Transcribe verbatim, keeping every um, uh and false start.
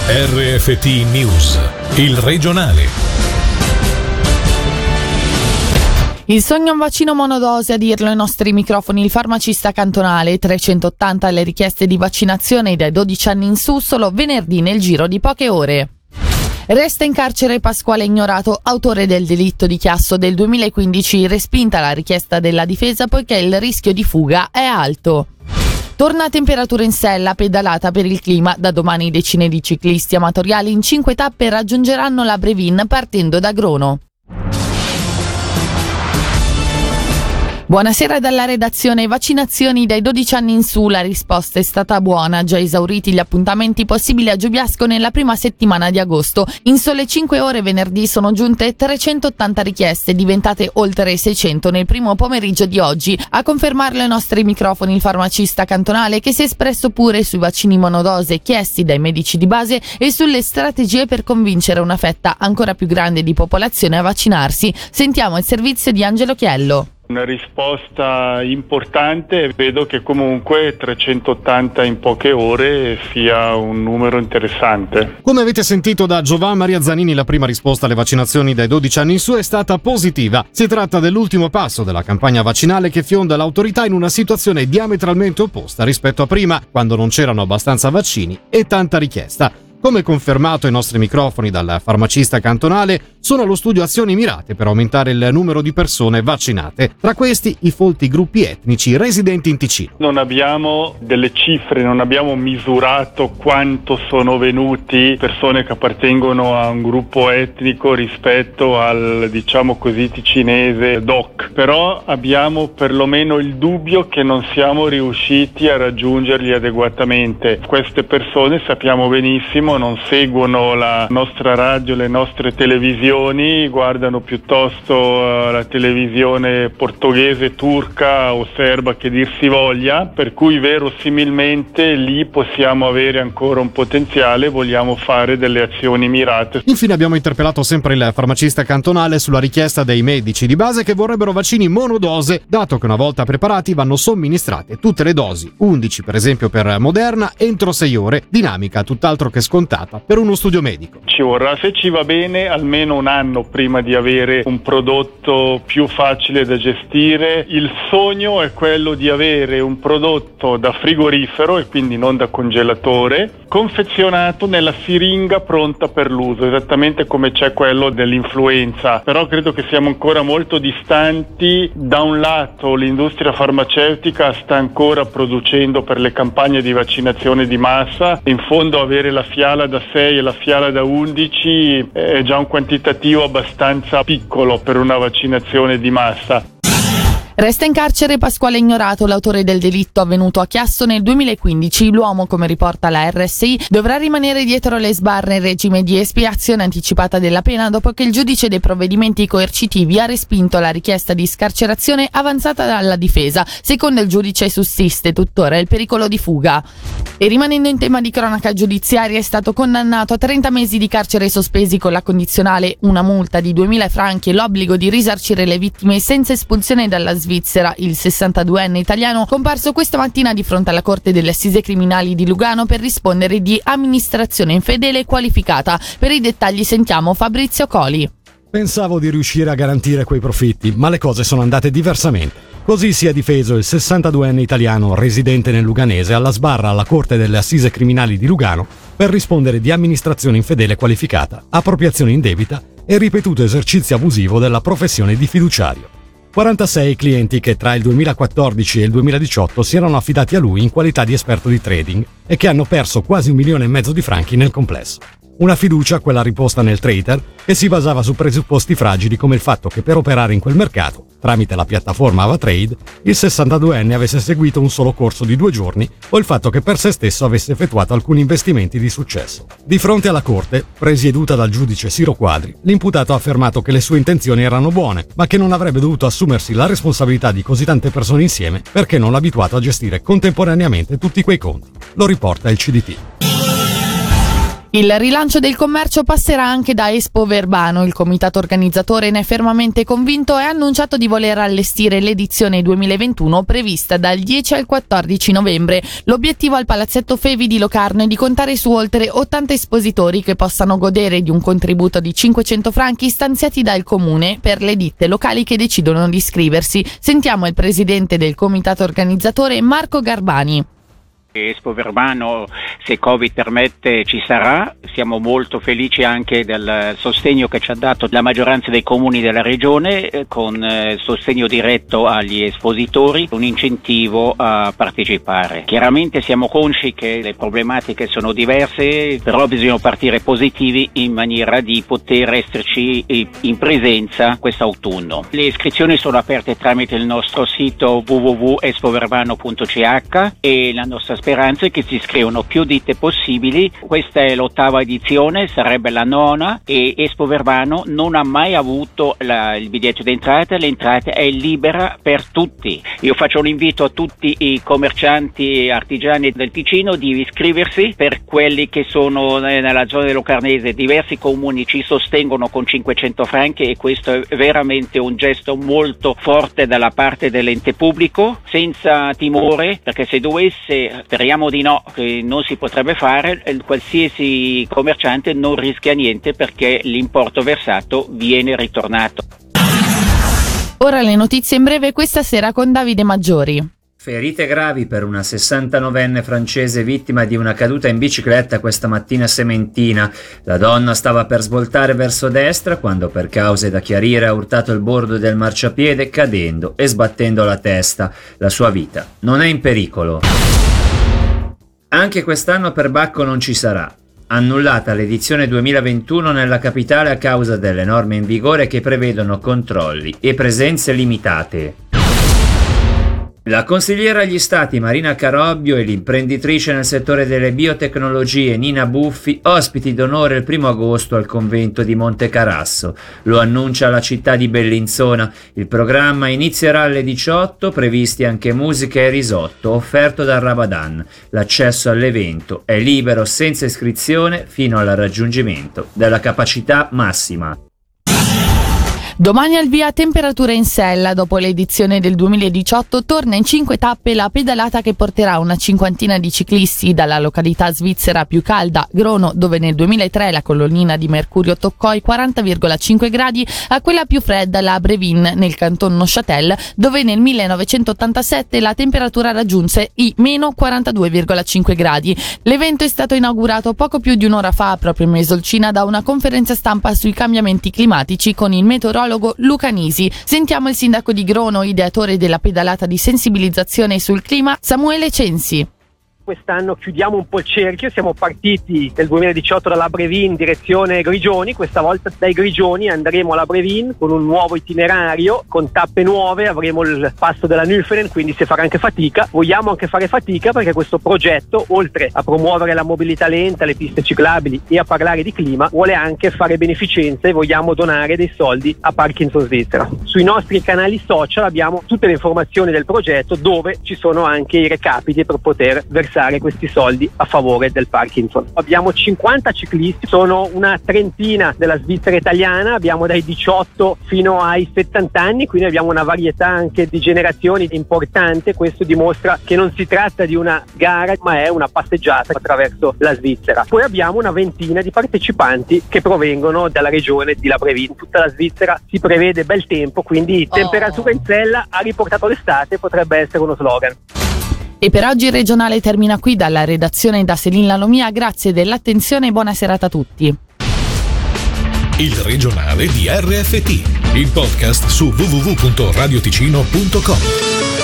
R F T News, il regionale. Il sogno un vaccino monodose, a dirlo ai nostri microfoni il farmacista cantonale. trecentottanta le richieste di vaccinazione dai dodici anni in su solo venerdì nel giro di poche ore. Resta in carcere Pasquale Ignorato, autore del delitto di Chiasso del duemilaquindici, respinta la richiesta della difesa poiché il rischio di fuga è alto. Torna temperatura in sella, pedalata per il clima. Da domani decine di ciclisti amatoriali in cinque tappe raggiungeranno la Brevin partendo da Grono. Buonasera dalla redazione. Vaccinazioni dai dodici anni in su, la risposta è stata buona. Già esauriti gli appuntamenti possibili a Giobiasco nella prima settimana di agosto. In sole cinque ore venerdì sono giunte trecentottanta richieste, diventate oltre seicento nel primo pomeriggio di oggi. A confermarlo ai nostri microfoni il farmacista cantonale, che si è espresso pure sui vaccini monodose chiesti dai medici di base e sulle strategie per convincere una fetta ancora più grande di popolazione a vaccinarsi. Sentiamo il servizio di Angelo Chiello. Una risposta importante, vedo che comunque trecentottanta in poche ore sia un numero interessante. Come avete sentito da Giovan Maria Zanini, la prima risposta alle vaccinazioni dai dodici anni in su è stata positiva. Si tratta dell'ultimo passo della campagna vaccinale che fionda l'autorità in una situazione diametralmente opposta rispetto a prima, quando non c'erano abbastanza vaccini e tanta richiesta. Come confermato ai nostri microfoni dal farmacista cantonale, sono allo studio azioni mirate per aumentare il numero di persone vaccinate. Tra questi i folti gruppi etnici residenti in Ticino. Non abbiamo delle cifre, non abbiamo misurato quanto sono venuti persone che appartengono a un gruppo etnico rispetto al, diciamo così, ticinese doc. Però abbiamo perlomeno il dubbio che non siamo riusciti a raggiungerli adeguatamente. Queste persone, sappiamo benissimo, non seguono la nostra radio, le nostre televisioni, guardano piuttosto uh, la televisione portoghese, turca o serba che dir si voglia, per cui verosimilmente lì possiamo avere ancora un potenziale, vogliamo fare delle azioni mirate. Infine abbiamo interpellato sempre il farmacista cantonale sulla richiesta dei medici di base che vorrebbero vaccini monodose, dato che una volta preparati vanno somministrate tutte le dosi, undici per esempio per Moderna, entro sei ore, dinamica tutt'altro che scontata per uno studio medico. Ci vorrà, se ci va bene, almeno un anno prima di avere un prodotto più facile da gestire. Il sogno è quello di avere un prodotto da frigorifero e quindi non da congelatore, confezionato nella siringa pronta per l'uso, esattamente come c'è quello dell'influenza. Però credo che siamo ancora molto distanti. Da un lato l'industria farmaceutica sta ancora producendo per le campagne di vaccinazione di massa, in fondo avere la fiala da sei e la fiala da undici è già un quantitativo abbastanza piccolo per una vaccinazione di massa. Resta in carcere Pasquale Ignorato, l'autore del delitto avvenuto a Chiasso nel duemilaquindici. L'uomo, come riporta la R S I, dovrà rimanere dietro le sbarre in regime di espiazione anticipata della pena dopo che il giudice dei provvedimenti coercitivi ha respinto la richiesta di scarcerazione avanzata dalla difesa. Secondo il giudice sussiste tuttora il pericolo di fuga. E rimanendo in tema di cronaca giudiziaria, è stato condannato a trenta mesi di carcere sospesi con la condizionale, una multa di duemila franchi e l'obbligo di risarcire le vittime senza espulsione dalla Svizzera il sessantaduenne italiano, comparso questa mattina di fronte alla Corte delle Assise Criminali di Lugano per rispondere di amministrazione infedele qualificata. Per i dettagli sentiamo Fabrizio Coli. Pensavo di riuscire a garantire quei profitti, ma le cose sono andate diversamente. Così si è difeso il sessantaduenne italiano residente nel Luganese alla sbarra alla Corte delle Assise Criminali di Lugano per rispondere di amministrazione infedele qualificata, appropriazione indebita e ripetuto esercizio abusivo della professione di fiduciario. quarantasei clienti che tra il duemilaquattordici e il duemiladiciotto si erano affidati a lui in qualità di esperto di trading e che hanno perso quasi un milione e mezzo di franchi nel complesso. Una fiducia, quella riposta nel trader, che si basava su presupposti fragili come il fatto che per operare in quel mercato, tramite la piattaforma AvaTrade, il sessantaduenne avesse seguito un solo corso di due giorni o il fatto che per se stesso avesse effettuato alcuni investimenti di successo. Di fronte alla corte, presieduta dal giudice Siro Quadri, l'imputato ha affermato che le sue intenzioni erano buone, ma che non avrebbe dovuto assumersi la responsabilità di così tante persone insieme perché non abituato a gestire contemporaneamente tutti quei conti. Lo riporta il C D T. Il rilancio del commercio passerà anche da Expo Verbano. Il comitato organizzatore ne è fermamente convinto e ha annunciato di voler allestire l'edizione duemilaventuno prevista dal dieci al quattordici novembre. L'obiettivo al Palazzetto Fevi di Locarno è di contare su oltre ottanta espositori che possano godere di un contributo di cinquecento franchi stanziati dal comune per le ditte locali che decidono di iscriversi. Sentiamo il presidente del comitato organizzatore Marco Garbani. Expo Verbano, se Covid permette, ci sarà. Siamo molto felici anche del sostegno che ci ha dato la maggioranza dei comuni della regione, eh, con eh, sostegno diretto agli espositori, un incentivo a partecipare. Chiaramente siamo consci che le problematiche sono diverse, però bisogna partire positivi in maniera di poter esserci in presenza quest'autunno. Le iscrizioni sono aperte tramite il nostro sito w w w punto expo verbano punto c h e la nostra speranza è che si iscrivano più ditte possibili. Questa è l'ottava edizione, sarebbe la nona, e Expo Verbano non ha mai avuto la, il biglietto d'entrata. L'entrata è libera per tutti. Io faccio un invito a tutti i commercianti e artigiani del Ticino di iscriversi. Per quelli che sono nella zona del Locarnese, diversi comuni ci sostengono con cinquecento franchi e questo è veramente un gesto molto forte dalla parte dell'ente pubblico, senza timore, perché se dovesse, speriamo di no, che non si potrebbe fare, qualsiasi commerciante non rischia niente perché l'importo versato viene ritornato. Ora le notizie in breve questa sera con Davide Maggiori. Ferite gravi per una sessantanovenne francese vittima di una caduta in bicicletta questa mattina a Sementina. La donna stava per svoltare verso destra quando, per cause da chiarire, ha urtato il bordo del marciapiede cadendo e sbattendo la testa. La sua vita non è in pericolo. Anche quest'anno per Bacco non ci sarà. Annullata l'edizione duemilaventuno nella capitale a causa delle norme in vigore che prevedono controlli e presenze limitate. La consigliera agli stati Marina Carobbio e l'imprenditrice nel settore delle biotecnologie Nina Buffi ospiti d'onore il primo agosto al convento di Montecarasso. Lo annuncia la città di Bellinzona. Il programma inizierà alle diciotto, previsti anche musica e risotto offerto dal Ramadan. L'accesso all'evento è libero senza iscrizione fino al raggiungimento della capacità massima. Domani al via temperature in sella. Dopo l'edizione del duemiladiciotto torna in cinque tappe la pedalata che porterà una cinquantina di ciclisti dalla località svizzera più calda, Grono, dove nel duemilatré la colonnina di mercurio toccò i quaranta virgola cinque gradi, a quella più fredda, la Brevin, nel canton Neuchâtel, dove nel millenovecentottantasette la temperatura raggiunse i meno quarantadue virgola cinque gradi. L'evento è stato inaugurato poco più di un'ora fa, proprio in Mesolcina, da una conferenza stampa sui cambiamenti climatici con il meteorologo Luca Nisi. Sentiamo il sindaco di Grono, ideatore della pedalata di sensibilizzazione sul clima, Samuele Censi. Quest'anno chiudiamo un po' il cerchio, siamo partiti nel duemiladiciotto dalla Brevin direzione Grigioni, questa volta dai Grigioni andremo alla Brevin con un nuovo itinerario, con tappe nuove, avremo il passo della Nüfenen, quindi si farà anche fatica. Vogliamo anche fare fatica perché questo progetto, oltre a promuovere la mobilità lenta, le piste ciclabili e a parlare di clima, vuole anche fare beneficenza e vogliamo donare dei soldi a Parkinson Svizzera. Sui nostri canali social abbiamo tutte le informazioni del progetto, dove ci sono anche i recapiti per poter versare questi soldi a favore del Parkinson. Abbiamo cinquanta ciclisti, sono una trentina della Svizzera italiana, abbiamo dai diciotto fino ai settanta anni, quindi abbiamo una varietà anche di generazioni importante. Questo dimostra che non si tratta di una gara ma è una passeggiata attraverso la Svizzera. Poi abbiamo una ventina di partecipanti che provengono dalla regione di La Brevin. Tutta la Svizzera si prevede bel tempo, quindi oh. Temperatura in sella ha riportato l'estate, potrebbe essere uno slogan. E per oggi il regionale termina qui. Dalla redazione da Selin Lalomia, grazie dell'attenzione e buona serata a tutti. Il regionale di R F T, il podcast su w w w punto radioticino punto com.